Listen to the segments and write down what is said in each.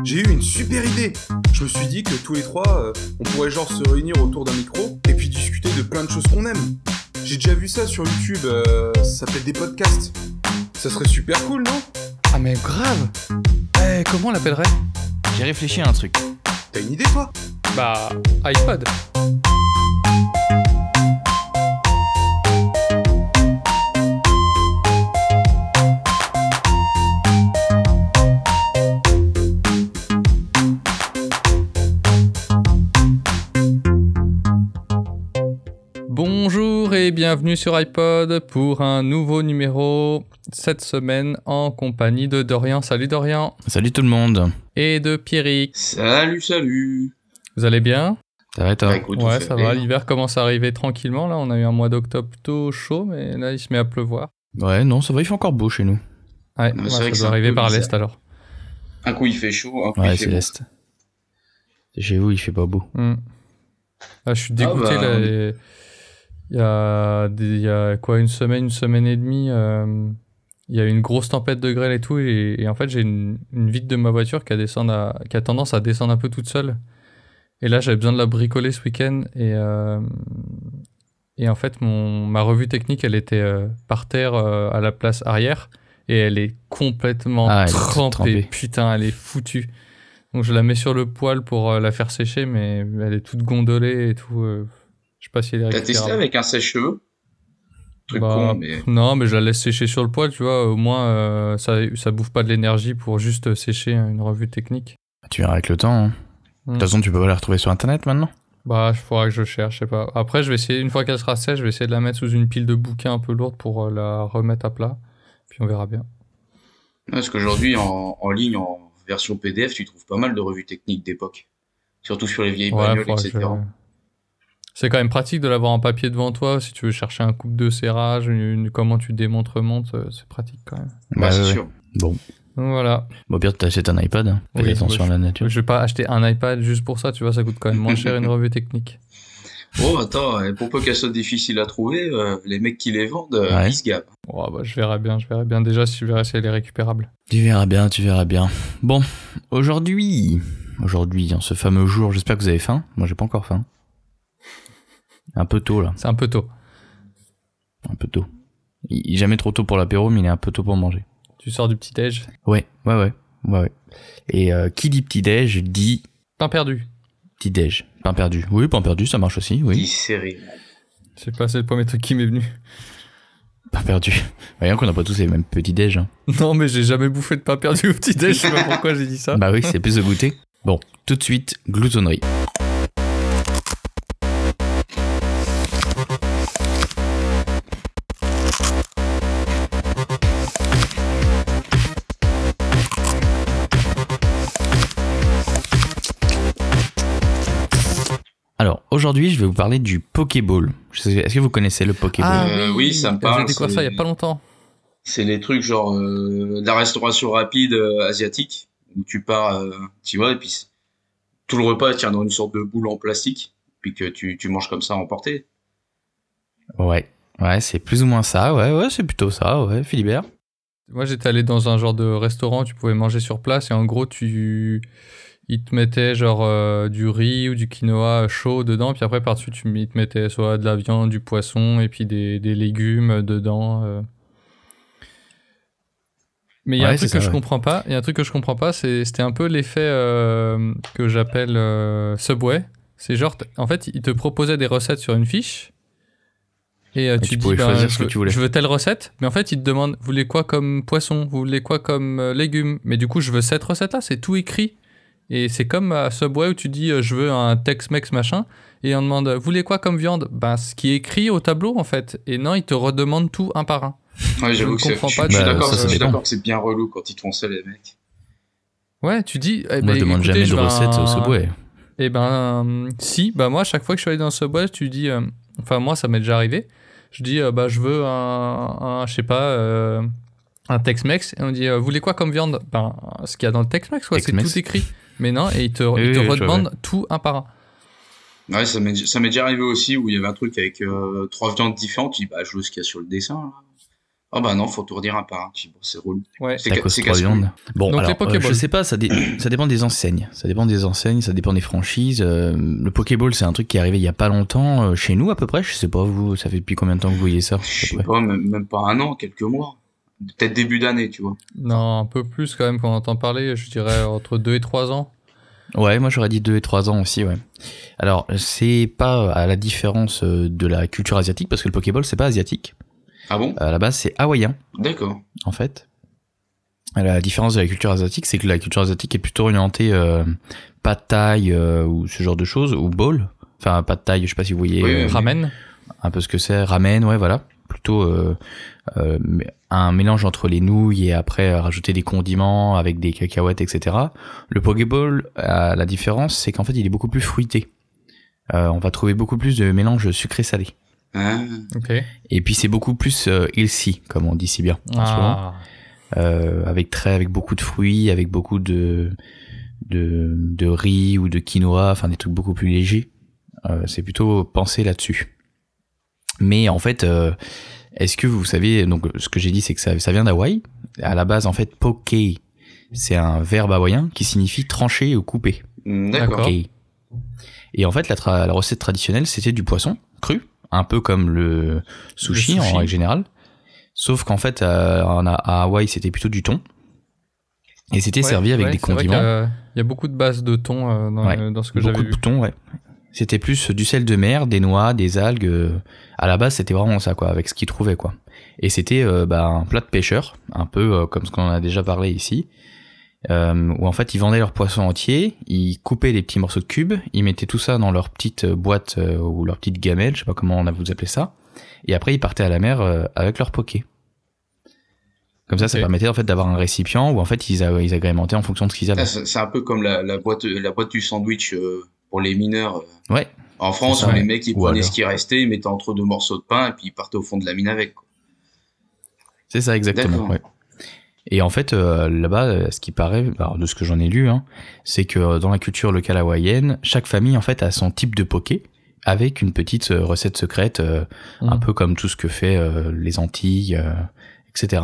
J'ai eu une super idée. Je me suis dit que tous les trois, on pourrait genre se réunir autour d'un micro et puis discuter de plein de choses qu'on aime. J'ai déjà vu ça sur YouTube, ça s'appelle des podcasts. Ça serait super cool, non? Ah mais grave. Comment on l'appellerait? J'ai réfléchi à un truc. T'as une idée, toi? Bah, iPod. Bonjour et bienvenue sur iPod pour un nouveau numéro cette semaine en compagnie de Dorian. Salut Dorian. Salut tout le monde. Et de Pierrick. Salut. Vous allez bien? Ça va et toi? Bah, écoute, Ouais, ça va. L'hiver commence à arriver tranquillement. Là, on a eu un mois d'octobre plutôt chaud, mais là, il se met à pleuvoir. Ouais, non, ça va, il fait encore beau chez nous. Ouais, Non, ouais, c'est vrai ça que doit c'est arriver un peu par bizarre. l'Est alors. Un coup il fait chaud, un coup Ouais, il c'est fait beau. l'Est. Chez vous, il fait pas beau. Ah, je suis dégoûté bah, là. on est- Il y a quoi, une semaine et demie, il y a eu une grosse tempête de grêle et tout, et en fait j'ai une vitre de ma voiture qui a tendance à descendre un peu toute seule. Et là j'avais besoin de la bricoler ce week-end, et en fait ma revue technique elle était par terre à la place arrière, et elle est complètement Ah, elle est trempée. trempée. Putain, elle est foutue. Donc je la mets sur le poêle pour la faire sécher, mais elle est toute gondolée et tout. Je sais pas si elle est T'as récupérable. testé avec un sèche-cheveux? Truc Bah, con, mais. Non, mais je la laisse sécher sur le poêle, tu vois. Au moins, ça bouffe pas de l'énergie pour juste sécher une revue technique. Tu verras avec le temps. Hein. De toute façon, tu peux pas la retrouver sur Internet maintenant. Bah, il faudra que je cherche, je sais pas. Après, je vais essayer, une fois qu'elle sera sèche, je vais essayer de la mettre sous une pile de bouquins un peu lourde pour la remettre à plat. Puis on verra bien. Ouais, parce qu'aujourd'hui, en ligne, en version PDF, tu trouves pas mal de revues techniques d'époque. Surtout sur les vieilles bagnoles, faudra que etc. C'est quand même pratique de l'avoir en papier devant toi. Si tu veux chercher un coupe de serrage, comment tu démontres-monte, c'est pratique quand même. Bah, c'est ouais. sûr. Bon. Donc voilà. Bon, pire, t'achètes un iPad. Hein. Fais Oui, attention à la nature. Je vais pas acheter un iPad juste pour ça, tu vois, ça coûte quand même moins cher une revue technique. Oh, attends, pour peu qu'elles soient difficiles à trouver, les mecs qui les vendent, Ouais. ils se gavent. Oh, bah, je verrai bien. Déjà, si elle est récupérable. Tu verras bien. Bon, aujourd'hui, en ce fameux jour, j'espère que vous avez faim. Moi, j'ai pas encore faim. Un peu tôt, là. C'est un peu tôt. Un peu tôt. Il est jamais trop tôt pour l'apéro, mais il est un peu tôt pour manger. Tu sors du petit-déj. Ouais. Et qui dit petit-déj dit Pain perdu. petit-déj. Pain perdu. Oui, pain perdu, ça marche aussi, Qui oui. serré. Je sais pas, c'est le premier truc qui m'est venu. Pain perdu. Voyons qu'on n'a pas tous les mêmes petits-déj. Hein. Non, mais j'ai jamais bouffé de pain perdu au petit-déj, je sais pas pourquoi j'ai dit ça. Bah oui, c'est plus de goûter. Bon, tout de suite, gloutonnerie. Alors, aujourd'hui, je vais vous parler du Pokéball. Est-ce que vous connaissez le Pokéball? Oui, ça me parle, J'ai découvert c'est- ça il y a pas longtemps. C'est les trucs genre de la restauration rapide asiatique, où tu pars, tu vois, et puis tout le repas tient dans une sorte de boule en plastique, puis que tu manges comme ça à emporter. Ouais, c'est plus ou moins ça. Ouais, c'est plutôt ça, ouais, Philibert. Moi, j'étais allé dans un genre de restaurant, tu pouvais manger sur place, et en gros, ils te mettaient genre du riz ou du quinoa chaud dedans, puis après, par-dessus, ils te mettaient soit de la viande, du poisson, et puis des légumes dedans. Mais il y a Ouais, un truc c'est que ça, je ouais. comprends pas. Il y a un truc que je comprends pas, c'était un peu l'effet que j'appelle Subway. C'est genre, en fait, ils te proposaient des recettes sur une fiche. Et tu tu dis, pouvais choisir ce que tu voulais. je veux telle recette. Mais en fait, ils te demandent, vous voulez quoi comme poisson? Vous voulez quoi comme légumes? Mais du coup, je veux cette recette-là, c'est tout écrit. Et c'est comme à Subway où tu dis, je veux un Tex-Mex machin. Et on demande, vous voulez quoi comme viande? Ben, ce qui est écrit au tableau, en fait. Et non, ils te redemandent tout un par un. Ouais, Je j'avoue ne que c'est- comprends je pas suis du- d'accord, ça je suis dépend. d'accord que c'est bien relou quand ils te font ça, les mecs. Ouais, tu dis. Moi, je demande jamais de recettes au Subway. Eh ben, si, bah moi, à chaque fois que je suis allé dans ce bois, tu dis, enfin, moi, ça m'est déjà arrivé. Je dis, bah, je veux je sais pas, un Tex-Mex. Et on dit, vous voulez quoi comme viande? Ben, ce qu'il y a dans le Tex-Mex, quoi, c'est Tex-Mex. tout écrit. Mais non, et ils te Oui, je redemandent vois. tout un par un. Ouais, ça m'est déjà arrivé aussi où il y avait un truc avec trois viandes différentes. Tu dis, bah, je veux ce qu'il y a sur le dessin, là. Oh bah non, faut tout redire un par un. Bon, c'est relou. Ouais. C'est Tacos c'est 3 casse-couille. viandes. Bon, Donc, alors, les Pokéballs. je sais pas, ça dépend des enseignes. Ça dépend des franchises. Le Pokéball, c'est un truc qui est arrivé il y a pas longtemps, chez nous à peu près. Je sais pas, vous, ça fait depuis combien de temps que vous voyez ça? Je sais pas, même pas un an, quelques mois. Peut-être début d'année, tu vois. Non, un peu plus quand même quand on entend parler, je dirais entre 2 et 3 ans. Ouais, moi j'aurais dit 2 et 3 ans aussi, ouais. Alors, c'est pas à la différence de la culture asiatique, parce que le Pokéball, c'est pas asiatique. Ah bon? À la base, c'est hawaïen, D'accord. en fait. La différence de la culture asiatique, c'est que la culture asiatique est plutôt orientée pad thai ou ce genre de choses, ou bowl. Enfin, pad thai, je sais pas si vous voyez Oui, oui. Ramen. un peu ce que c'est. Ramen, ouais, voilà. Plutôt un mélange entre les nouilles et après rajouter des condiments avec des cacahuètes, etc. Le Pokéball, la différence, c'est qu'en fait, il est beaucoup plus fruité. On va trouver beaucoup plus de mélange sucré-salé. Ah, Ok. Et puis c'est beaucoup plus healthy, comme on dit si bien en ce moment. Avec beaucoup de fruits, avec beaucoup de riz ou de quinoa, enfin des trucs beaucoup plus légers. C'est plutôt pensé là-dessus. Mais en fait, est-ce que vous savez, donc ce que j'ai dit, c'est que ça vient d'Hawaï. À la base, en fait, poké, c'est un verbe hawaïen qui signifie trancher ou couper. d'accord. Poké. Et en fait, la recette traditionnelle, c'était du poisson cru, un peu comme le sushi en règle générale. Sauf qu'en fait, à Hawaï, c'était plutôt du thon. Et c'était servi avec des c'est vrai condiments. Il y a beaucoup de bases de thon dans ce que j'avais Beaucoup vu. de thon, ouais. C'était plus du sel de mer, des noix, des algues. À la base, c'était vraiment ça, quoi, avec ce qu'ils trouvaient, quoi. Et c'était un plat de pêcheur, un peu comme ce qu'on a déjà parlé ici, où en fait, ils vendaient leur poisson entier, ils coupaient des petits morceaux de cubes, ils mettaient tout ça dans leur petite boîte ou leur petite gamelle, je sais pas comment vous appelez ça, et après, ils partaient à la mer avec leur poké. Comme ça, ça permettait en fait d'avoir un récipient où en fait ils agrémentaient en fonction de ce qu'ils avaient. C'est un peu comme la boîte du sandwich pour les mineurs. Ouais. En France, où les mecs ils Ou prenaient alors. ce qui restait, ils mettaient entre deux morceaux de pain et puis ils partaient au fond de la mine avec. Quoi. C'est ça exactement. D'accord. Ouais. Et en fait là-bas, ce qui paraît, alors, de ce que j'en ai lu, hein, c'est que dans la culture locale hawaïenne, chaque famille en fait a son type de poké avec une petite recette secrète, un peu comme tout ce que fait les Antilles, etc.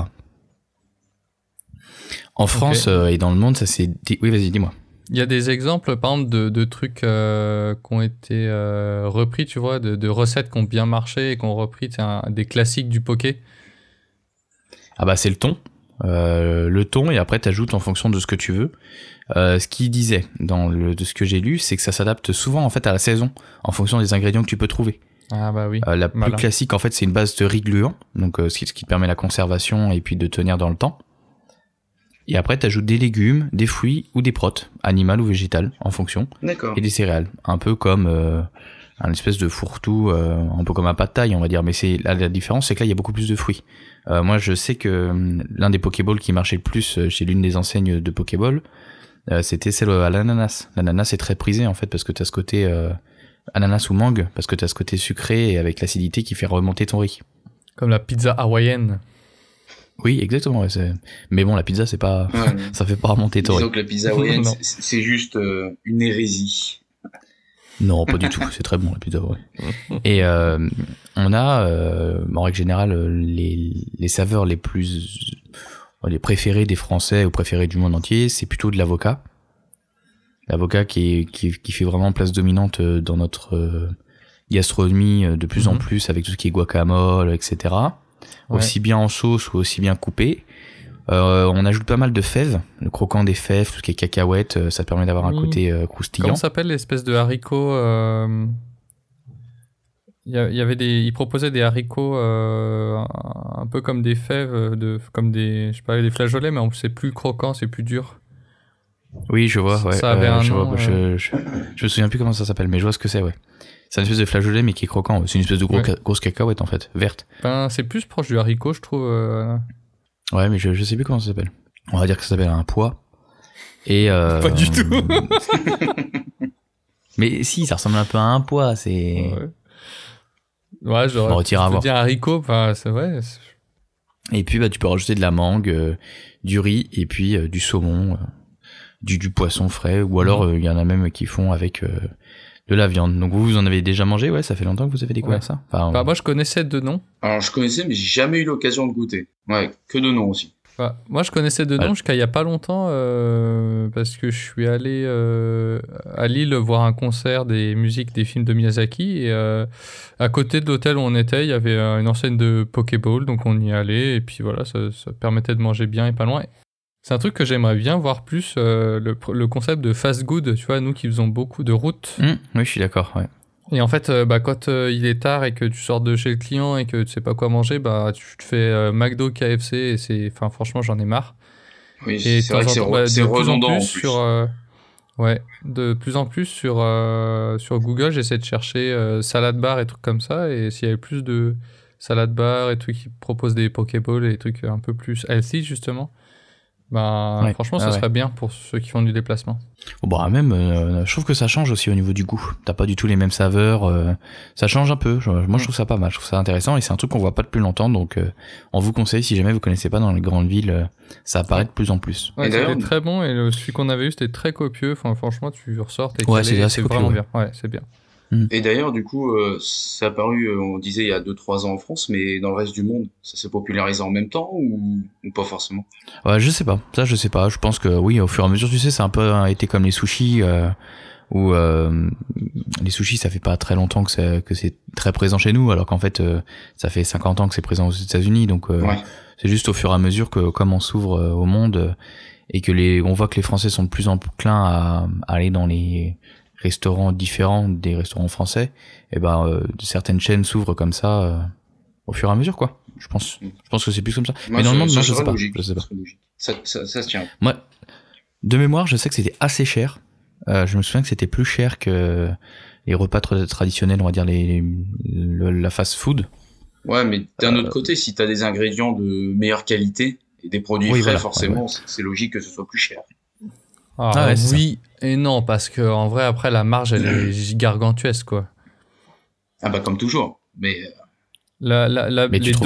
En France et dans le monde, ça c'est... Oui, vas-y, dis-moi. Il y a des exemples, par exemple, de trucs qui ont été repris, tu vois, de recettes qui ont bien marché et qui ont repris des classiques du poké. Ah bah c'est le thon et après t'ajoutes en fonction de ce que tu veux. Ce qu'il disait de ce que j'ai lu, c'est que ça s'adapte souvent en fait à la saison en fonction des ingrédients que tu peux trouver. Ah bah oui. La plus classique en fait c'est une base de riz gluant, donc ce qui te permet la conservation et puis de tenir dans le temps. Et après t'ajoutes des légumes, des fruits ou des protes, animales ou végétales en fonction. D'accord. Et des céréales, un peu comme un espèce de fourre-tout, un peu comme un pad thai on va dire, mais c'est la différence c'est que là il y a beaucoup plus de fruits. Moi je sais que l'un des Pokéballs qui marchait le plus chez l'une des enseignes de Pokéball, c'était celle à l'ananas. L'ananas est très prisé en fait parce que t'as ce côté ananas ou mangue, parce que t'as ce côté sucré et avec l'acidité qui fait remonter ton riz. Comme la pizza hawaïenne. Oui, exactement. Ouais, mais bon, la pizza, c'est pas, ça fait pas remonter ton riz. Disons que la pizza hawaïenne, c'est juste une hérésie. Non, pas du tout. C'est très bon la pizza. Ouais. Et on a, en règle générale, les saveurs les préférées des Français ou préférées du monde entier, c'est plutôt de l'avocat. L'avocat qui fait vraiment place dominante dans notre gastronomie de plus en plus avec tout ce qui est guacamole, etc. Ouais. Aussi bien en sauce ou aussi bien coupé. On ajoute pas mal de fèves, le croquant des fèves, tout ce qui est cacahuètes, ça permet d'avoir un côté croustillant. Comment s'appelle l'espèce de haricots ils proposaient des haricots un peu comme des fèves, comme des, je sais pas, des flageolets, mais c'est plus croquant, c'est plus dur. Oui, je vois, ouais. Ça avait un nom. Je me souviens plus comment ça s'appelle, mais je vois ce que c'est, ouais. C'est une espèce de flageolet, mais qui est croquant. C'est une espèce de grosse cacahuète, en fait, verte. Ben, c'est plus proche du haricot, je trouve. Ouais, mais je sais plus comment ça s'appelle. On va dire que ça s'appelle un pois. Et Pas du tout. Mais si, ça ressemble un peu à un pois, c'est... Ouais, genre, je peux dire haricot, enfin, c'est vrai. Et puis, tu peux rajouter de la mangue, du riz, et puis du saumon, du poisson frais, ou alors, il y en a même qui font avec... de la viande. Donc vous en avez déjà mangé, ouais, ça fait longtemps que vous avez découvert ça. Enfin, Bah, moi, je connaissais de nom. Alors, je connaissais, mais j'ai jamais eu l'occasion de goûter. Ouais, que de nom aussi. Bah, moi, je connaissais de nom jusqu'à il y a pas longtemps parce que je suis allé à Lille voir un concert des musiques des films de Miyazaki et à côté de l'hôtel où on était, il y avait une enseigne de Pokéball, donc on y allait et puis voilà, ça permettait de manger bien et pas loin. C'est un truc que j'aimerais bien voir plus, le concept de fast good, tu vois, nous qui faisons beaucoup de routes. Oui, je suis d'accord, ouais. Et en fait, quand il est tard et que tu sors de chez le client et que tu sais pas quoi manger, bah tu te fais McDo, KFC et enfin franchement j'en ai marre. Oui, Et c'est vrai que c'est redondant en plus. De plus en plus sur Google, j'essaie de chercher salad bar et trucs comme ça, et s'il y avait plus de salad bar et trucs qui proposent des Pokéballs et des trucs un peu plus healthy justement, franchement ça serait bien pour ceux qui font du déplacement. Même je trouve que ça change aussi au niveau du goût. T'as pas du tout les mêmes saveurs, ça change un peu. Moi je trouve ça pas mal, je trouve ça intéressant et c'est un truc qu'on voit pas depuis longtemps, donc on vous conseille, si jamais vous connaissez pas dans les grandes villes, ça apparaît de plus en plus. Ouais, c'était très bon et celui qu'on avait eu c'était très copieux, enfin franchement tu ressors, t'es calé, c'est vraiment bien. Ouais, c'est bien. Et d'ailleurs, du coup, ça a apparu, on disait, il y a 2-3 ans en France, mais dans le reste du monde, ça s'est popularisé en même temps ou pas forcément? Ouais, je sais pas. Ça, je sais pas. Je pense que oui, au fur et à mesure, tu sais, c'est un peu été comme les sushis, où les sushis, ça fait pas très longtemps que c'est très présent chez nous, alors qu'en fait, ça fait 50 ans que c'est présent aux États-Unis. Donc, c'est juste au fur et à mesure que, comme on s'ouvre au monde et que on voit que les Français sont de plus en plus enclins à aller dans les restaurants différents des restaurants français, et certaines chaînes s'ouvrent comme ça au fur et à mesure, quoi. Je pense que c'est plus comme ça. Moi, mais dans le monde, non, je sais pas. Logique, je sais pas. Ça se tient. Moi, de mémoire, je sais que c'était assez cher. Je me souviens que c'était plus cher que les repas traditionnels, on va dire la fast food. Ouais, mais d'un autre côté, si t'as des ingrédients de meilleure qualité et des produits frais, forcément, c'est logique que ce soit plus cher. Oui et non, parce que en vrai après la marge elle est gargantuesque, quoi. Ah bah comme toujours, mais mais les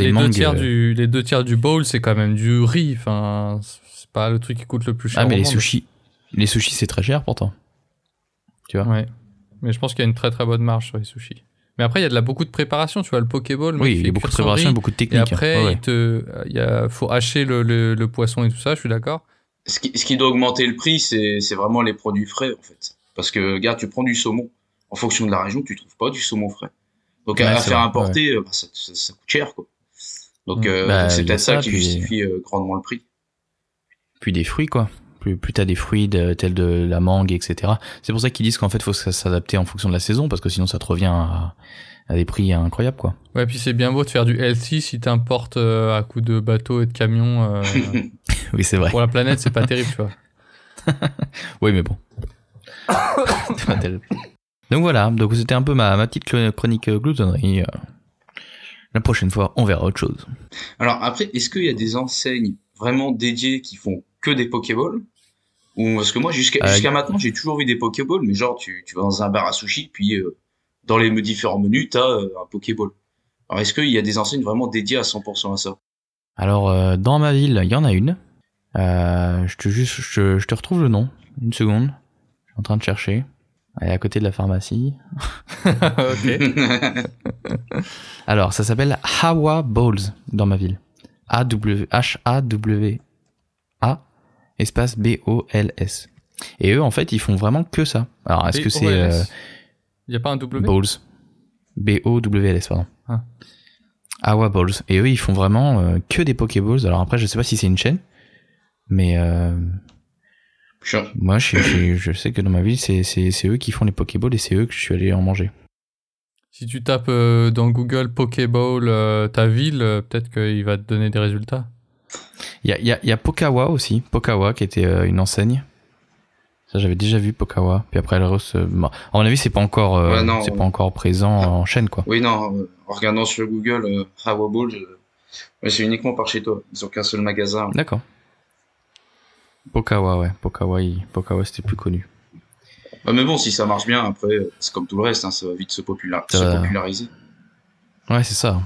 deux tiers du bowl c'est quand même du riz, enfin c'est pas le truc qui coûte le plus cher. Mais les sushis c'est très cher pourtant. Tu vois. Ouais. Mais je pense qu'il y a une très très bonne marge sur les sushis. Mais après il y a beaucoup de préparation, tu vois, le Pokéball. Oui, il y a beaucoup de préparation, beaucoup de techniques. Et après faut hacher le poisson et tout ça, je suis d'accord. Ce qui doit augmenter le prix, c'est vraiment les produits frais, en fait. Parce que, regarde, tu prends du saumon. En fonction de la région, tu trouves pas du saumon frais. Donc, à faire importer, ça coûte cher, quoi. Donc, c'est peut-être ça qui justifie grandement le prix. Puis des fruits, quoi. Plus t'as des fruits tels de la mangue, etc. C'est pour ça qu'ils disent qu'en fait, faut s'adapter en fonction de la saison, parce que sinon, ça te revient à des prix incroyables, quoi. Ouais, puis c'est bien beau de faire du healthy si t'importes à coups de bateaux et de camions. Oui, c'est vrai. Pour la planète, c'est pas terrible, tu vois. Oui, mais bon. C'est pas terrible. Donc voilà, donc c'était un peu ma petite chronique gloutonnerie. La prochaine fois, on verra autre chose. Alors après, est-ce qu'il y a des enseignes vraiment dédiées qui font que des Pokéballs? Ou parce que moi, jusqu'à maintenant, j'ai toujours vu des Pokéballs, mais genre tu vas dans un bar à sushi, puis dans les différents menus, t'as un Pokéball. Alors est-ce qu'il y a des enseignes vraiment dédiées à 100% à ça? Alors dans ma ville, il y en a une. Je te retrouve le nom. Une seconde. Je suis en train de chercher. Elle est à côté de la pharmacie. Ok. Alors, ça s'appelle Hawa Bowls dans ma ville. H-A-W-A espace B-O-L-S. Et eux, en fait, ils font vraiment que ça. Alors, est-ce que c'est... Il y a pas un W? Bowls. B-O-W-L-S, pardon. Ah. Hawa Bowls. Et eux, ils font vraiment que des Pokéballs. Alors après, je sais pas si c'est une chaîne, mais moi, je sais que dans ma ville, c'est eux qui font les Pokéballs et c'est eux que je suis allé en manger. Si tu tapes dans Google Pokéball ta ville, peut-être qu'il va te donner des résultats. Il y a Pokawa aussi, Pokawa qui était une enseigne. Ça, j'avais déjà vu Pokawa. Puis après, à mon avis, c'est pas encore, pas encore présent en chaîne, quoi. Oui, non. En regardant sur Google, Hawa Bowls, c'est uniquement par chez toi. Ils ont qu'un seul magasin. D'accord. Pokawa, ouais. Pokawa, c'était plus connu. Mais bon, si ça marche bien, après, c'est comme tout le reste, hein, ça va vite se populariser. Ouais, c'est ça.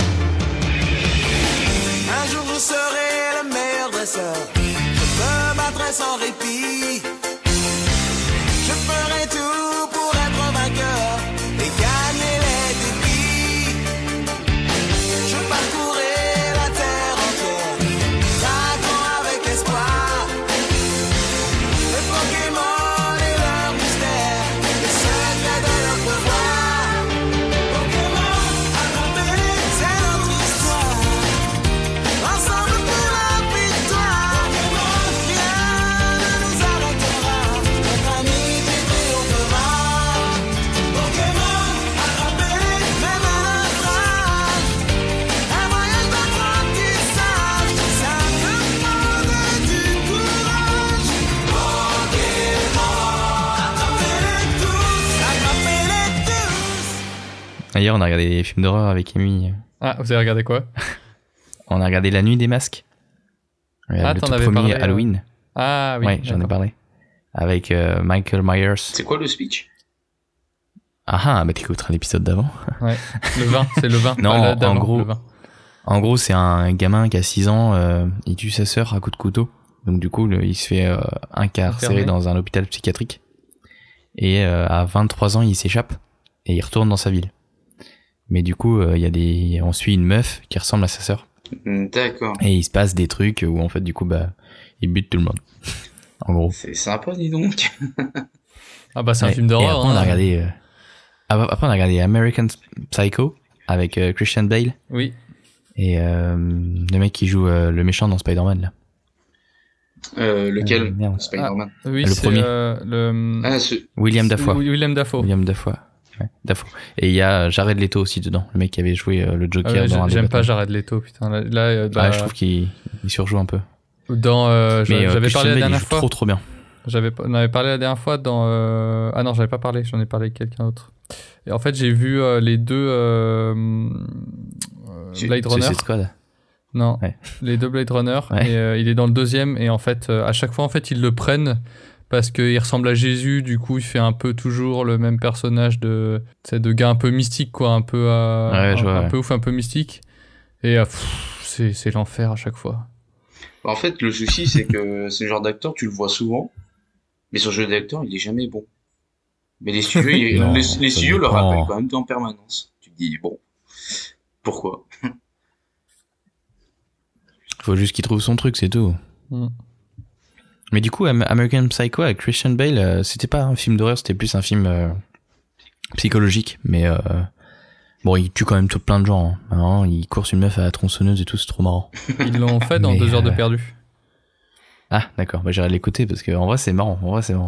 Un jour je serai le meilleur dresseur. Je peux battre Hier, on a regardé des films d'horreur avec Amy. Ah, vous avez regardé quoi? On a regardé La Nuit des Masques. Ah, le t'en tout avais premier parlé, Halloween. Ah oui. Ouais, j'en ai d'accord. parlé. Avec Michael Myers. C'est quoi le speech? Ah, bah t'écouteras l'épisode d'avant. Ouais. Le vin, c'est le vin. Non, pas la dame, en gros, le vin. En gros, c'est un gamin qui a 6 ans, il tue sa sœur à coups de couteau. Donc du coup, il se fait incarcérer Enfermé. dans un hôpital psychiatrique. Et à 23 ans, il s'échappe et il retourne dans sa ville. Mais du coup, on suit une meuf qui ressemble à sa sœur. D'accord. Et il se passe des trucs où en fait, du coup, il bute tout le monde. En gros. C'est sympa, dis donc. Ah bah c'est un Ouais. film Et d'horreur. après, on a hein. regardé. Après, on a regardé American Psycho avec Christian Bale Oui. et le mec qui joue le méchant dans Spider-Man là. Lequel? Merde. Spider-Man. Oui, Le c'est premier. le. Ah, William Dafoe. William Dafoe. William Dafoe. Ouais, Dafoe. Et il y a Jared Leto aussi dedans, le mec qui avait joué le Ah Joker ouais, dans un des j'aime pas Batman. Jared Leto, putain. Là, bah, Je trouve qu'il surjoue un peu. dans, Mais j'avais Christian parlé la Bale, il dernière joue fois. trop bien. On avait parlé la dernière fois dans. Ah non, j'avais pas parlé. J'en ai parlé avec quelqu'un d'autre. Et en fait, j'ai vu les deux Blade Runner. Suicide Squad. Non, Ouais. les deux Blade Runner. Ouais. Et il est dans le deuxième. Et en fait, à chaque fois, en fait, ils le prennent parce qu'il ressemble à Jésus. Du coup, il fait un peu toujours le même personnage de gars un peu mystique, quoi, un peu Ouais, je vois, ouais. peu ouf, un peu mystique. Et c'est l'enfer à chaque fois. En fait, le souci, c'est que ce genre d'acteur, tu le vois souvent, mais son jeu d'acteur, il est jamais bon. Mais les studios, Non, les ça studios le dépend. rappellent quand même en permanence. Tu te dis, bon, pourquoi? Faut juste qu'il trouve son truc, c'est tout. Mm. Mais du coup, American Psycho avec Christian Bale, c'était pas un film d'horreur, c'était plus un film psychologique. Mais bon, il tue quand même plein de gens. Hein. Hein, il course une meuf à la tronçonneuse et tout, c'est trop marrant. Ils l'ont fait dans Mais, 2 heures de perdu. Ah, d'accord, j'irai l'écouter parce que en vrai, c'est marrant.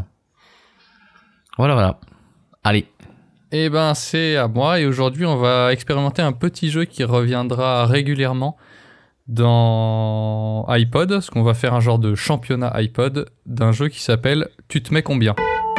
Voilà. Allez. Eh ben, c'est à moi. Et aujourd'hui, on va expérimenter un petit jeu qui reviendra régulièrement dans iPod. Parce qu'on va faire un genre de championnat iPod d'un jeu qui s'appelle Tu te mets combien ?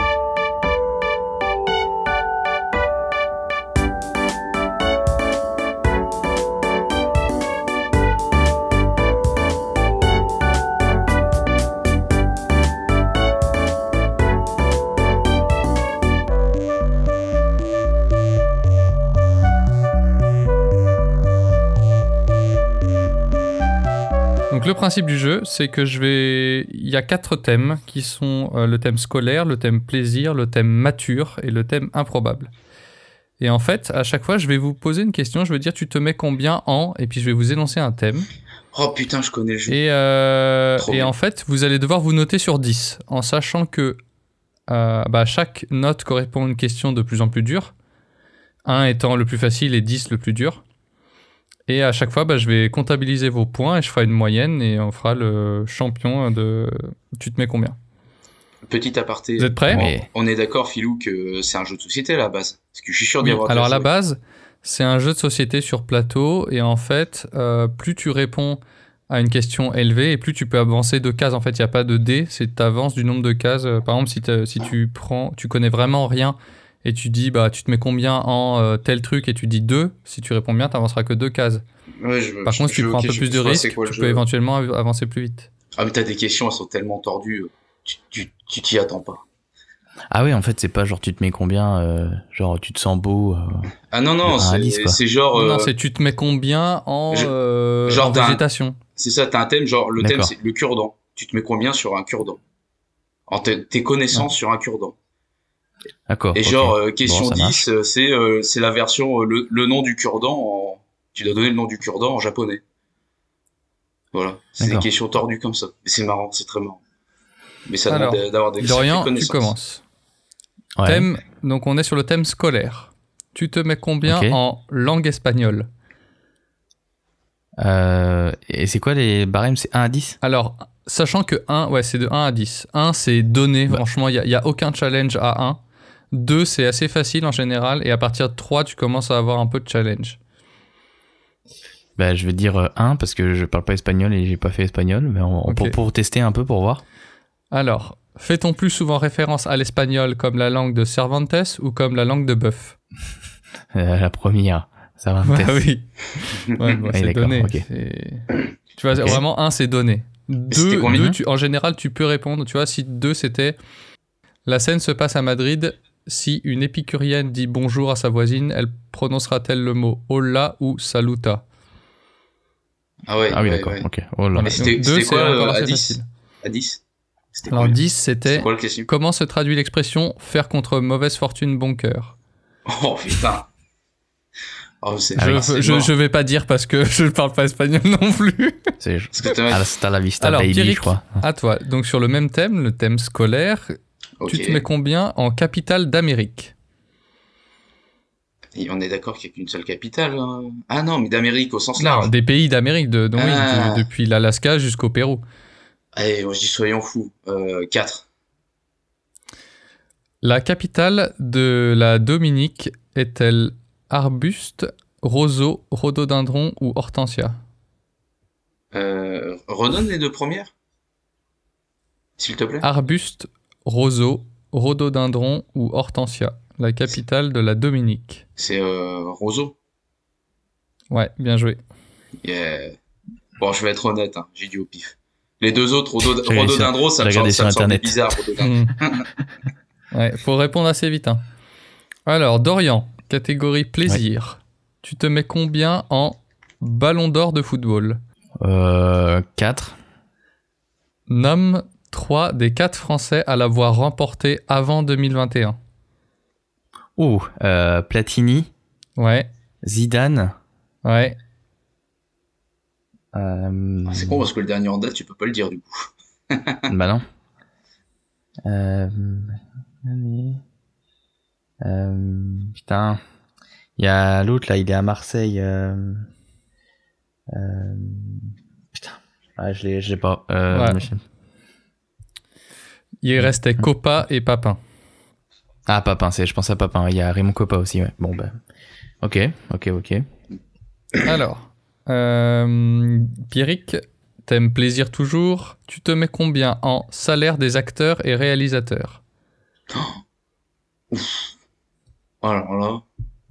Donc le principe du jeu, c'est que il y a 4 thèmes qui sont le thème scolaire, le thème plaisir, le thème mature et le thème improbable. Et en fait, à chaque fois, je vais vous poser une question, je vais dire tu te mets combien en, et puis je vais vous énoncer un thème. Oh putain, je connais le jeu. Trop Et bien. en fait, vous allez devoir vous noter sur 10, en sachant que chaque note correspond à une question de plus en plus dure, 1 étant le plus facile et 10 le plus dur. Et à chaque fois, je vais comptabiliser vos points et je ferai une moyenne et on fera le champion de tu te mets combien. Petit aparté. Vous êtes prêts ? Mais- On est d'accord, Philou, que c'est un jeu de société à la base. Parce que je suis sûr d'y Oui, avoir alors à déjà la joué. base, c'est un jeu de société sur plateau et en fait, plus tu réponds à une question élevée et plus tu peux avancer de cases. En fait, il n'y a pas de dés, c'est tu avances du nombre de cases. Par exemple, si tu connais vraiment rien et tu dis tu te mets combien en tel truc et tu dis 2, si tu réponds bien, tu n'avanceras que 2 cases. Ouais, Par contre, si tu prends un peu plus de je vois c'est risques, quoi le tu jeu. peux éventuellement avancer plus vite. Ah, mais t'as des questions, elles sont tellement tordues, tu t'y attends pas. Ah oui, en fait, c'est pas genre tu te mets combien, genre tu te sens beau. Ah non, non, De un à 10, quoi. c'est genre... Non, c'est tu te mets combien en, genre en t'as un- végétation. C'est ça, t'as un thème, genre le thème D'accord. c'est le cure-dent. Tu te mets combien sur un cure-dent? En tes connaissances sur un cure-dent. D'accord. Et ok. genre, question Bon, ça marche. 10, c'est la version, le nom du cure-dent, tu dois donner le nom du cure-dent en japonais. Voilà, c'est des D'accord. questions tordues comme ça. Et c'est marrant, c'est très marrant. Mais ça Alors, demande d'avoir des Dorian, sacrées tu connaissances. commences. Ouais. Thème, donc on est sur le thème scolaire. Tu te mets combien Ok. en langue espagnole ? Et c'est quoi les barèmes? C'est 1 à 10? Alors, sachant que 1, ouais, c'est de 1 à 10. 1, c'est donné, Bah. franchement, il n'y a aucun challenge à 1. 2, c'est assez facile en général. Et à partir de 3, tu commences à avoir un peu de challenge. Bah, je vais dire 1 parce que je parle pas espagnol et j'ai pas fait espagnol, mais Ok. pour tester un peu pour voir. Alors, fait-on plus souvent référence à l'espagnol comme la langue de Cervantes ou comme la langue de bœuf ? La première, ça va Ouais, peut-être. oui. Ouais, bon, c'est d'accord, donné. ok. Tu vois, Ok. vraiment, 1, c'est donné. C'était combien 2, en général, tu peux répondre. Tu vois, si 2, c'était... La scène se passe à Madrid. Si une épicurienne dit bonjour à sa voisine, elle prononcera-t-elle le mot hola ou saluta? Ah ouais. Ah oui, ouais, d'accord, ouais. ok. Oh là. Voilà. Mais c'était Donc, 2, c'était c'est quoi encore à assez 10 facile. À 10 C'était Alors, combien 10, c'était... C'est quoi le question? Comment se traduit l'expression « faire contre mauvaise fortune bon cœur » Oh putain. Oh, c'est je vais pas dire parce que je ne parle pas espagnol non plus. C'est Parce que t'as... hasta la vista, Alors, baby, Pierrick, je crois. à toi. Donc, sur le même thème, le thème scolaire, Ok. tu te mets combien en capitale d'Amérique? Et on est d'accord qu'il n'y a qu'une seule capitale. Hein. Ah non, mais d'Amérique au sens Non, large. des pays d'Amérique, donc oui, Ah. depuis l'Alaska jusqu'au Pérou. Allez, moi je dis soyons fous. 4. La capitale de la Dominique est-elle arbuste, roseau, rhododendron ou hortensia? Redonne les deux premières, s'il te plaît. Arbuste, roseau, rhododendron ou hortensia? La capitale de la Dominique. C'est Roseau. Ouais, bien joué. Yeah. Bon, je vais être honnête, hein, j'ai dit au pif. Les deux autres, J'ai Rhododendron, ça me regardé semble sur Internet. bizarre. Rhododendron. Ouais, faut répondre assez vite. Hein. Alors, Dorian, catégorie plaisir. Tu te mets combien en ballon d'or de football? 4. Nomme 3 des 4 Français à l'avoir remporté avant 2021. Oh, Platini, Ouais, Zidane. ouais. Ah, c'est con parce que le dernier en date, tu peux pas le dire du coup. Bah non. Putain. Il y a l'autre là, il est à Marseille. Putain. Ah, je l'ai pas. Ouais. Michel. Il restait Copa et Papin. Ah, Papin, je pense à Papin. Il y a Raymond Coppa aussi, ouais. Bon, bah. Ok. Alors, Pierrick, t'aimes plaisir toujours. Tu te mets combien en salaire des acteurs et réalisateurs? Alors là,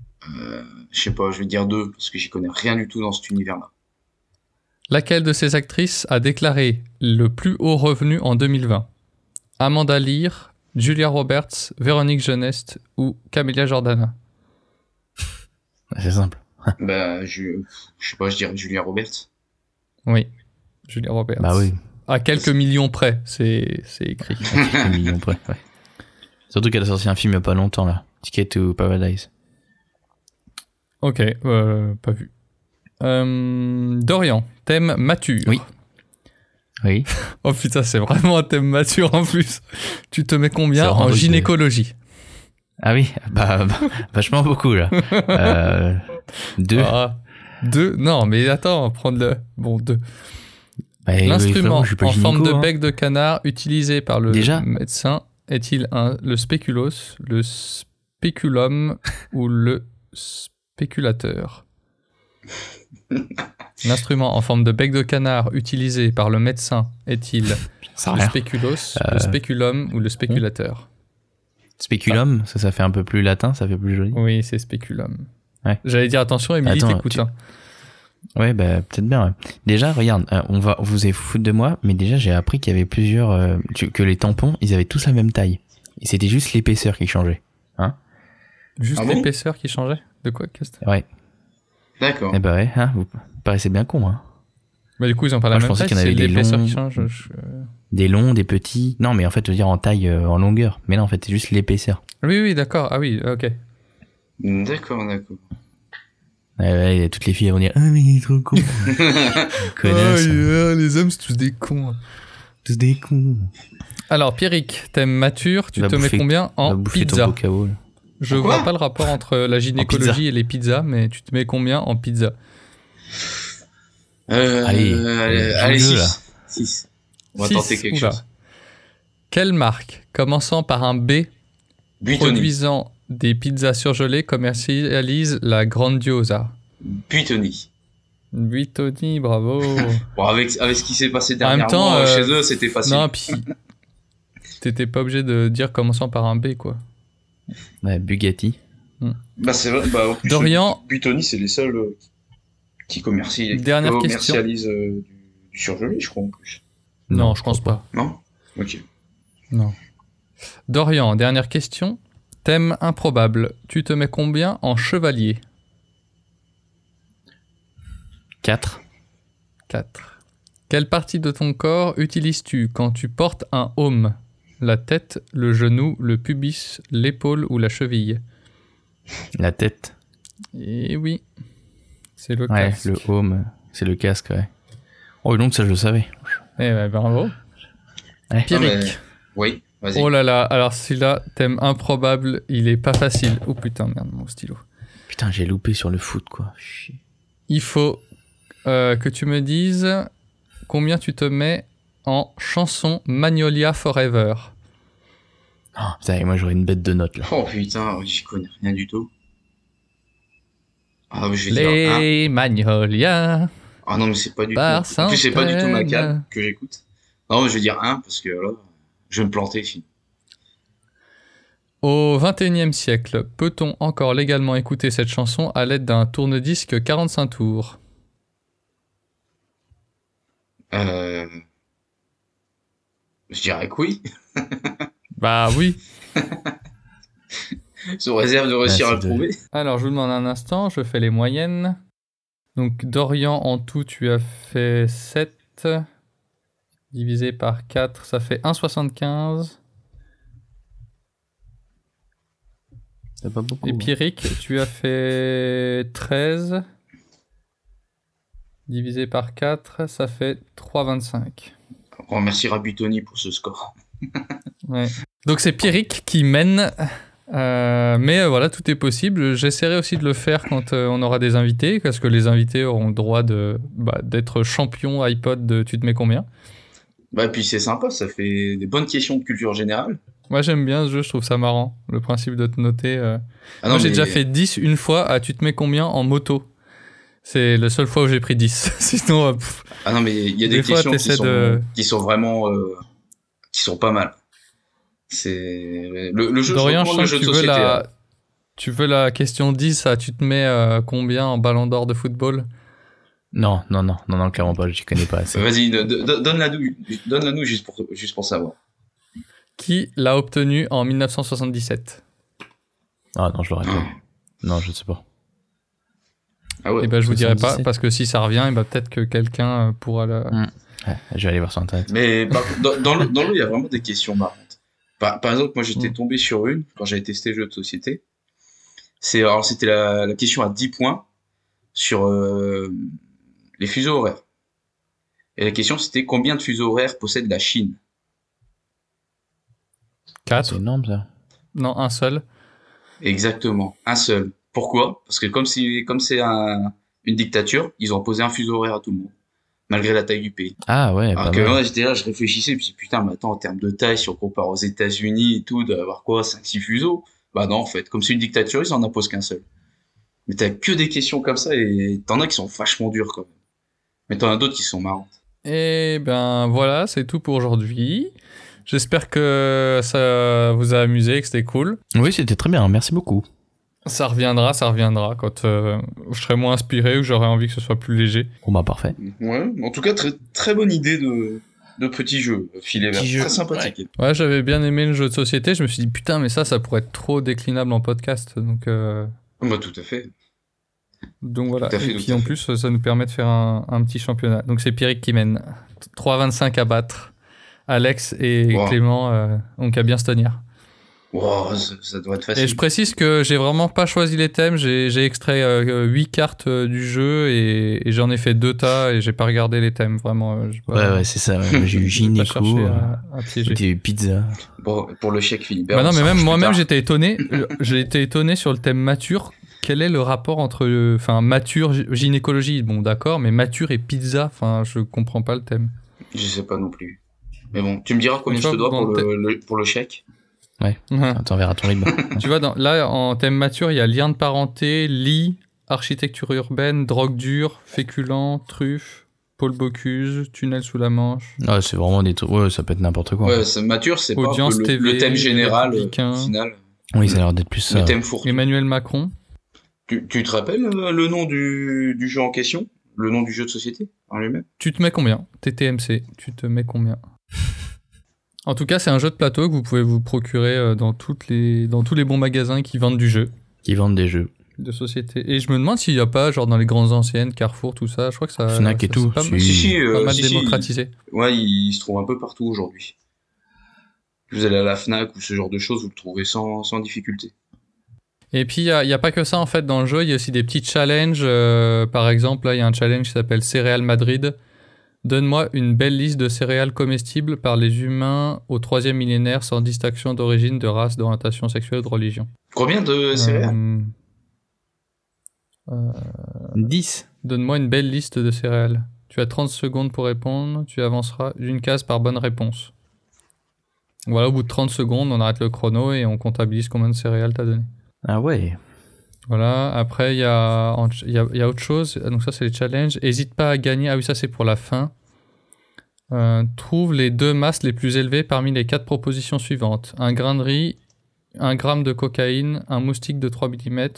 je sais pas, je vais dire 2 parce que j'y connais rien du tout dans cet univers-là. Laquelle de ces actrices a déclaré le plus haut revenu en 2020? Amanda Lear, Julia Roberts, Véronique Jeunesse ou Camélia Jordana? C'est simple. Bah, je sais pas, je dirais Julia Roberts. Oui, Julia Roberts. Bah oui. À quelques millions près, c'est écrit. Quelques millions près, ouais. Surtout qu'elle a sorti un film il y a pas longtemps, là. Ticket to Paradise. Ok, pas vu. Dorian, thème mature. Oui. Oui. Oh putain, c'est vraiment un thème mature en plus. Tu te mets combien C'est vraiment en un truc de- gynécologie? Ah oui, bah, vachement beaucoup, là. 2. Ah, 2? Non, mais attends, prendre le... Bon, 2. Bah, L'instrument frérot, je suis pas en forme gynéco, de hein. bec de canard utilisé par le Déjà médecin est-il le spéculos, le spéculum ou le spéculateur? L'instrument en forme de bec de canard utilisé par le médecin est-il Ça a le rien. spéculos, le spéculum ou le spéculateur? Spéculum, ça fait un peu plus latin, ça fait plus joli. Oui, c'est spéculum. Ouais. J'allais dire attention, Émilie, Attends, t'écoutes. Hein. Ouais, bah, peut-être bien, ouais. Déjà, regarde, vous allez foutre de moi, mais déjà, j'ai appris qu'il y avait plusieurs, que les tampons, ils avaient tous la même taille. Et c'était juste l'épaisseur qui changeait. Juste Ah bon l'épaisseur qui changeait? De quoi? Qu'est-ce que Ouais. D'accord. Eh bah ouais, vous paraissez bien con, hein. Bah, du coup, ils ont pas la Moi, je même pensais taille, qu'il y en c'est avait des l'épaisseur longs. qui change. Des longs, des petits. Non, mais en fait, je veux dire en taille, en longueur. Mais non, en fait, c'est juste l'épaisseur. Oui, d'accord. Ah oui, ok. D'accord. Ouais, toutes les filles vont dire, ah, mais il est trop con. Connasse. les hommes, c'est tous des cons. Tous des cons. Alors, Pierrick, thème mature, tu Va te mets bouffer- combien On va en bouffer ton pizza? bocao, là. Je Quoi vois pas le rapport entre la gynécologie et les pizzas, mais tu te mets combien en pizza? Allez, allez, joue-le, là. 6. On va Six, tenter quelque oula. chose. Quelle marque, commençant par un B, Buitoni. produisant des pizzas surgelées, commercialise la Grandiosa? Buitoni. Buitoni, bravo. Bon, avec ce qui s'est passé En même dernièrement temps, chez eux, c'était facile. Non, puis t'étais pas obligé de dire commençant par un B, quoi. Ouais, Bugatti. Bah, c'est vrai. Bah, en plus, Dorian. Buitoni, c'est les seuls qui Dernière commercialisent du surgelé, je crois, en plus. Non, je pense pas. Non? Ok. Non. Dorian, dernière question. Thème improbable. Tu te mets combien en chevalier? 4. 4. Quelle partie de ton corps utilises-tu quand tu portes un aume? La tête, le genou, le pubis, l'épaule ou la cheville? La tête. Et oui, c'est le Ouais, casque. le home, c'est le casque, ouais. Oh, donc ça, je le savais. Eh ben, bravo. Ouais. Pierrick. Non, mais- Oui, vas-y. Oh là là, alors celui-là, thème improbable, il est pas facile. Oh putain, merde, mon stylo. Putain, j'ai loupé sur le foot, quoi. Chier. Il faut que tu me dises combien tu te mets en chanson Magnolia Forever. Oh, putain, et moi, j'aurais une bête de notes, là. Oh putain, j'y connais rien du tout. Ah, je vais dire un. Les Magnolias. Ah non, mais c'est pas du tout. Par En plus, c'est pas du tout ma centaines. cam que j'écoute. Non, mais je vais dire un parce que là, je vais me planter. Fini. Au XXIe siècle, peut-on encore légalement écouter cette chanson à l'aide d'un tourne-disque 45 tours? Je dirais que oui. Bah oui. Sous réserve de réussir Ouais, à le c'est prouver. Alors, je vous demande un instant, je fais les moyennes. Donc, Dorian, en tout, tu as fait 7. Divisé par 4, ça fait 1,75. C'est pas beaucoup. Et Pierrick, tu as fait 13. Divisé par 4, ça fait 3,25. On remerciera Buitoni pour ce score. Ouais. Donc c'est Pierrick qui mène, mais voilà, tout est possible. J'essaierai aussi de le faire quand on aura des invités, parce que les invités auront le droit d'être champion iPod de Tu te mets combien. Bah, et puis c'est sympa, ça fait des bonnes questions de culture générale. Moi j'aime bien ce jeu, je trouve ça marrant, le principe de te noter. Ah Moi non, j'ai mais- déjà fait 10 une fois à Tu te mets combien en moto. C'est la seule fois où j'ai pris 10. Sinon, Ah non, mais il y a Des des fois, questions t'essaies de- qui sont vraiment, qui sont pas mal. C'est le jeu. Dorian, je je recommande le sens jeu que de tu veux société. Hein. tu veux la question 10, à tu te mets combien en ballon d'or de football? Non, clairement pas, je connais pas assez. Vas-y, donne-la-nous juste pour savoir. Qui l'a obtenu en 1977? Ah non, je l'aurais pas. Non, je ne sais pas. Ah ouais. Eh ben, je vous dirai pas, 77. parce que si ça revient, eh ben, peut-être que quelqu'un pourra la... Ouais, je vais aller voir sur internet. Mais dans le, il y a vraiment des questions marrantes. Par exemple, moi j'étais tombé sur une quand j'avais testé le jeu de société. C'était la question à 10 points sur les fuseaux horaires. Et la question c'était combien de fuseaux horaires possède la Chine? 4? C'est énorme, ça. Non, un seul. Exactement, un seul. Pourquoi? Parce que comme c'est une dictature, ils ont posé un fuseau horaire à tout le monde, malgré la taille du pays. Ah ouais, Alors pas que mal. moi, j'étais là, je réfléchissais, puis putain, mais attends, en termes de taille, si on compare aux États-Unis et tout, d'avoir quoi, 5-6 fuseaux? Bah non, en fait, comme c'est une dictature, ils en imposent qu'un seul. Mais t'as que des questions comme ça, et t'en as qui sont vachement dures, quand même. Mais t'en as d'autres qui sont marrantes. Et ben voilà, c'est tout pour aujourd'hui. J'espère que ça vous a amusé, que c'était cool. Oui, c'était très bien, merci beaucoup. Ça reviendra quand je serai moins inspiré ou que j'aurai envie que ce soit plus léger. Bon bah parfait. Ouais, en tout cas, très, très bonne idée de petit jeu, filet vert. Petit jeu, Très sympathique. Ouais, j'avais bien aimé le jeu de société. Je me suis dit, putain, mais ça pourrait être trop déclinable en podcast. Donc Bah, tout à fait. voilà. Tout à fait, Et tout puis à en fait. plus, ça nous permet de faire un petit championnat. Donc c'est Pierrick qui mène. 3,25 à battre. Alex et Wow. Clément ont qu'à bien se tenir. Wow, ça doit être facile. Et je précise que j'ai vraiment pas choisi les thèmes. J'ai extrait 8 cartes du jeu et j'en ai fait 2 tas et j'ai pas regardé les thèmes. Vraiment. J'ai pas- Ouais, c'est ça. Ouais. J'ai eu j'ai pas gynéco, cherché à piéger. j'ai eu pizza. Bon, pour le chèque, Philibert. Bah non, on mais s'arrange même plus moi-même, tard. j'étais étonné. J'ai été étonné sur le thème mature. Quel est le rapport entre, mature, gynécologie, bon d'accord, mais mature et pizza, enfin, je comprends pas le thème. Je sais pas non plus. Mais bon, tu me diras combien Tu je te vois, dois pour dans pour le chèque. Attends, on verra ton rythme. Tu vois, là, en thème mature, il y a lien de parenté, lit, architecture urbaine, drogue dure, féculent, truffe, Paul Bocuse, tunnel sous la Manche. Ouais, c'est vraiment des trucs. Ouais, ça peut être n'importe quoi. Ouais, mature, c'est pas un peu Audience TV, le thème général républicain. final. Oui, ça a l'air d'être plus ça. Le thème fourre-tout. Emmanuel Macron. Tu te rappelles le nom du jeu en question? Le nom du jeu de société en lui-même? Tu te mets combien? TTMC, tu te mets combien? En tout cas, c'est un jeu de plateau que vous pouvez vous procurer dans tous les bons magasins qui vendent du jeu. Qui vendent des jeux. De société. Et je me demande s'il n'y a pas, genre dans les grandes anciennes, Carrefour, tout ça, je crois que ça... Fnac et tout. C'est pas mal, pas mal démocratisé. Ouais, il se trouve un peu partout aujourd'hui. Vous allez à la Fnac ou ce genre de choses, vous le trouvez sans difficulté. Et puis, il y a pas que ça, en fait, dans le jeu. Il y a aussi des petits challenges. Par exemple, là, il y a un challenge qui s'appelle Céréales Madrid. Donne-moi une belle liste de céréales comestibles par les humains au 3e millénaire sans distinction d'origine, de race, d'orientation sexuelle ou de religion. Combien de céréales 10. Donne-moi une belle liste de céréales. Tu as 30 secondes pour répondre. Tu avanceras d'une case par bonne réponse. Voilà, au bout de 30 secondes, on arrête le chrono et on comptabilise combien de céréales t'as donné. Ah ouais. Voilà, après il y a autre chose, donc ça c'est les challenges. Hésite pas à gagner, ah oui ça c'est pour la fin. Trouve les 2 masses les plus élevées parmi les 4 propositions suivantes. Un grain de riz, 1 gramme de cocaïne, un moustique de 3 mm,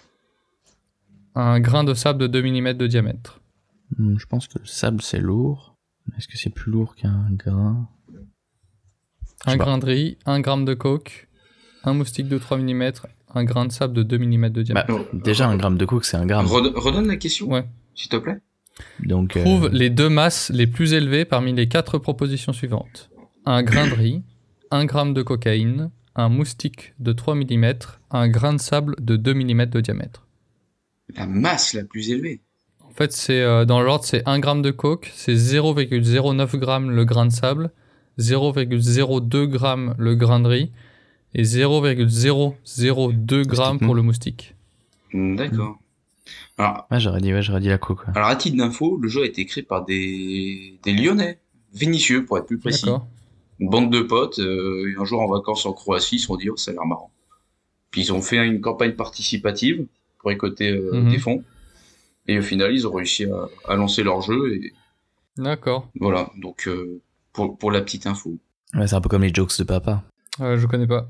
un grain de sable de 2 mm de diamètre. Je pense que le sable c'est lourd. Est-ce que c'est plus lourd qu'un grain? Un grain de riz, 1 gramme de coke, un moustique de 3 mm, un grain de sable de 2 mm de diamètre. Bah, déjà, un gramme de coke, c'est un gramme. Redonne la question, Ouais. s'il te plaît. Donc, Trouve les 2 masses les plus élevées parmi les 4 propositions suivantes. Un grain de riz, 1 gramme de cocaïne, un moustique de 3 mm, un grain de sable de 2 mm de diamètre. La masse la plus élevée. En fait, c'est dans l'ordre, c'est 1 gramme de coke, c'est 0,09 gramme le grain de sable, 0,02 gramme le grain de riz, et 0,002 grammes pour le moustique. D'accord. Alors, j'aurais dit la coke. Ouais. Alors, à titre d'info, le jeu a été créé par des Lyonnais, Vénitieux pour être plus précis. D'accord. Une bande de potes, et un jour en vacances en Croatie, ils se sont dit, oh, ça a l'air marrant. Puis ils ont fait une campagne participative pour récolter des fonds. Et au final, ils ont réussi à lancer leur jeu. Et D'accord. voilà, donc pour la petite info. Ouais, c'est un peu comme les jokes de papa. Je connais pas.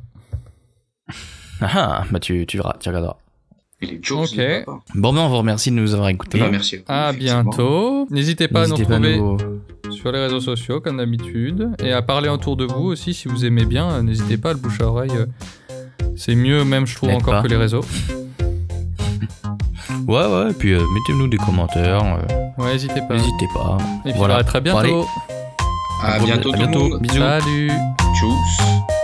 Ah, bah tu verras, tu regarderas. Et les jokes Ok. de papa. Bon, ben on vous remercie de nous avoir écoutés. Bah, merci. À Effectivement. bientôt. N'hésitez pas à nous retrouver nous... sur les réseaux sociaux, comme d'habitude. Et à parler autour de vous aussi, si vous aimez bien. N'hésitez pas, le bouche à oreille. C'est mieux, même, je trouve, N'aide encore pas. que les réseaux. Ouais, et puis mettez-nous des commentaires. Ouais, n'hésitez pas. N'hésitez pas. Et puis Voilà. à très Bon, allez. bientôt. À bientôt, À tout le bientôt. monde. Bisous. Salut. Tchuss.